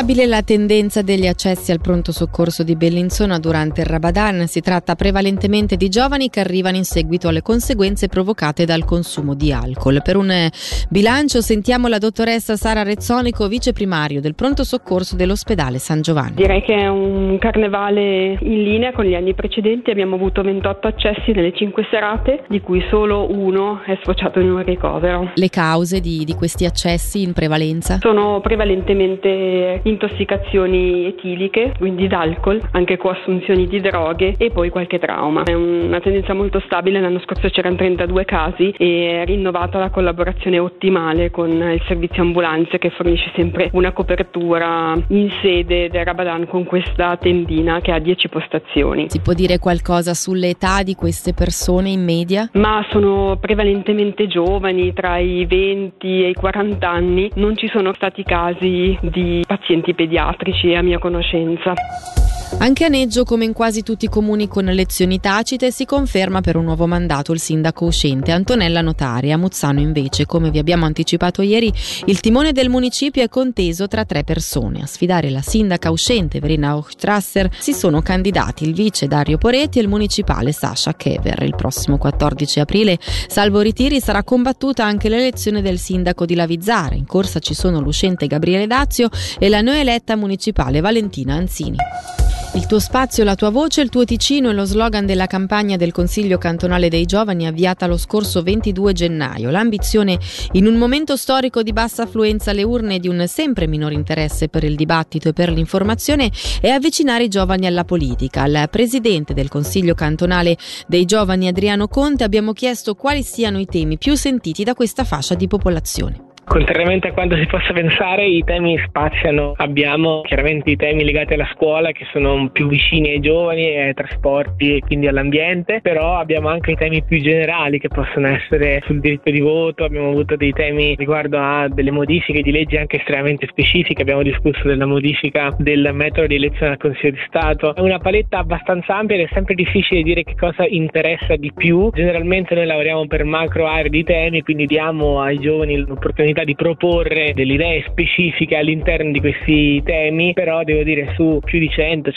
Stabile la tendenza degli accessi al pronto soccorso di Bellinzona durante il Ramadan. Si tratta prevalentemente di giovani che arrivano in seguito alle conseguenze provocate dal consumo di alcol. Per un bilancio sentiamo la dottoressa Sara Rezzonico, viceprimario del pronto soccorso dell'ospedale San Giovanni. Direi che è un carnevale in linea con gli anni precedenti. Abbiamo avuto 28 accessi nelle 5 serate, di cui solo uno è sfociato in un ricovero. Le cause di questi accessi in prevalenza? Sono prevalentemente intossicazioni etiliche, quindi d'alcol, anche coassunzioni di droghe e poi qualche trauma. È una tendenza molto stabile. L'anno scorso c'erano 32 casi e è rinnovata la collaborazione ottimale con il servizio ambulanze, che fornisce sempre una copertura in sede del Ramadan con questa tendina che ha 10 postazioni. Si può dire qualcosa sull'età di queste persone in media? Ma sono prevalentemente giovani, tra i 20 e i 40 anni. Non ci sono stati casi di pazienti pediatrici a mia conoscenza. Anche a Neggio, come in quasi tutti i comuni con elezioni tacite, si conferma per un nuovo mandato il sindaco uscente Antonella Notari. A Muzzano invece, come vi abbiamo anticipato ieri, il timone del municipio è conteso tra 3 persone. A sfidare la sindaca uscente Verena Hochstrasser si sono candidati il vice Dario Poretti e il municipale Sasha Kever. Il prossimo 14 aprile, salvo ritiri, sarà combattuta anche l'elezione del sindaco di Lavizzara. In corsa ci sono l'uscente Gabriele Dazio e la neoeletta municipale Valentina Anzini. Il tuo spazio, la tua voce, il tuo Ticino è lo slogan della campagna del Consiglio cantonale dei giovani avviata lo scorso 22 gennaio. L'ambizione, in un momento storico di bassa affluenza alle urne e di un sempre minore interesse per il dibattito e per l'informazione, è avvicinare i giovani alla politica. Al presidente del Consiglio cantonale dei giovani Adriano Conte abbiamo chiesto quali siano i temi più sentiti da questa fascia di popolazione. Contrariamente a quanto si possa pensare, i temi spaziano. Abbiamo chiaramente i temi legati alla scuola, che sono più vicini ai giovani e ai trasporti e quindi all'ambiente, però abbiamo anche i temi più generali che possono essere sul diritto di voto. Abbiamo avuto dei temi riguardo a delle modifiche di leggi anche estremamente specifiche. Abbiamo discusso della modifica del metodo di elezione al Consiglio di Stato. È una paletta abbastanza ampia ed è sempre difficile dire che cosa interessa di più. Generalmente noi lavoriamo per macro aree di temi, quindi diamo ai giovani l'opportunità di proporre delle idee specifiche all'interno di questi temi, però devo dire su più di 100,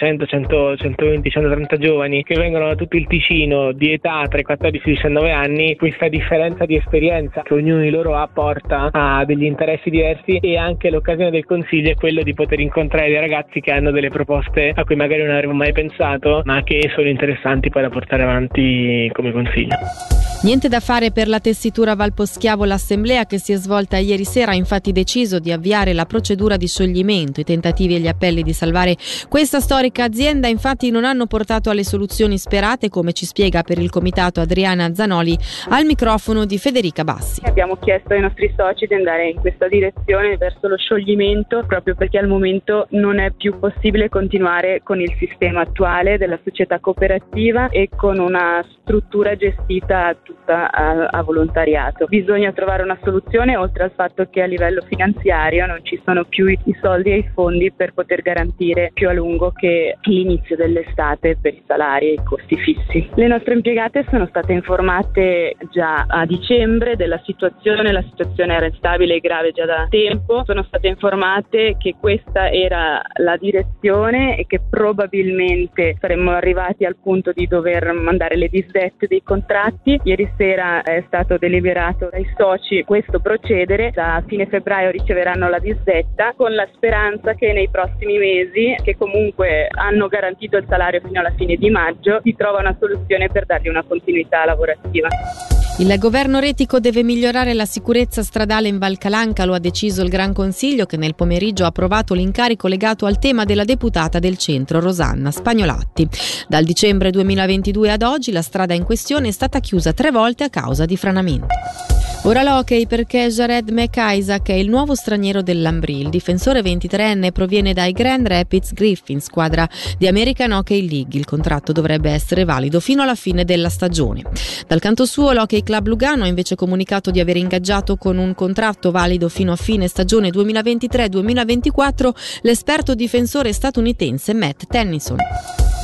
120, 130 giovani che vengono da tutto il Ticino di età tra i 14 e i 19 anni, questa differenza di esperienza che ognuno di loro ha porta a degli interessi diversi, e anche l'occasione del Consiglio è quello di poter incontrare dei ragazzi che hanno delle proposte a cui magari non avremmo mai pensato, ma che sono interessanti poi da portare avanti come Consiglio. Niente da fare per la tessitura Valposchiavo. L'assemblea che si è svolta ieri sera ha infatti deciso di avviare la procedura di scioglimento. I tentativi e gli appelli di salvare questa storica azienda infatti non hanno portato alle soluzioni sperate, come ci spiega per il comitato Adriana Zanoli al microfono di Federica Bassi. Abbiamo chiesto ai nostri soci di andare in questa direzione verso lo scioglimento, proprio perché al momento non è più possibile continuare con il sistema attuale della società cooperativa e con una struttura gestita tutta a volontariato. Bisogna trovare una soluzione, oltre al fatto che a livello finanziario non ci sono più i soldi e i fondi per poter garantire più a lungo che l'inizio dell'estate per i salari e i costi fissi. Le nostre impiegate sono state informate già a dicembre della situazione. La situazione era instabile e grave già da tempo. Sono state informate che questa era la direzione e che probabilmente saremmo arrivati al punto di dover mandare le disdette dei contratti. Ieri sera è stato deliberato dai soci questo procedere. Da fine febbraio riceveranno la disdetta, con la speranza che nei prossimi mesi, che comunque hanno garantito il salario fino alla fine di maggio, si trova una soluzione per dargli una continuità lavorativa. Il governo retico deve migliorare la sicurezza stradale in Val Calanca, lo ha deciso il Gran Consiglio, che nel pomeriggio ha approvato l'incarico legato al tema della deputata del centro Rosanna Spagnolatti. Dal dicembre 2022 ad oggi la strada in questione è stata chiusa 3 volte a causa di franamenti. Ora l'hockey, perché Jared McIsaac è il nuovo straniero dell'Ambri. Il difensore 23enne proviene dai Grand Rapids Griffins, squadra di American Hockey League. Il contratto dovrebbe essere valido fino alla fine della stagione. Dal canto suo, l'Hockey Club Lugano ha invece comunicato di aver ingaggiato con un contratto valido fino a fine stagione 2023-2024 l'esperto difensore statunitense Matt Tennyson.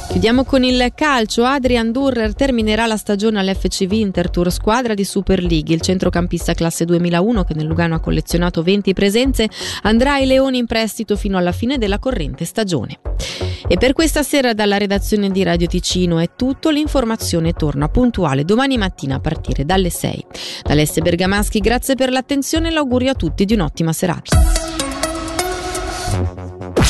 Chiudiamo con il calcio. Adrian Durrer terminerà la stagione all'FC Winterthur, squadra di Super League. Il centrocampista classe 2001, che nel Lugano ha collezionato 20 presenze, andrà ai Leoni in prestito fino alla fine della corrente stagione. E per questa sera dalla redazione di Radio Ticino è tutto. L'informazione torna puntuale domani mattina a partire dalle 6. Da Alessia Bergamaschi, grazie per l'attenzione e l'augurio a tutti di un'ottima serata.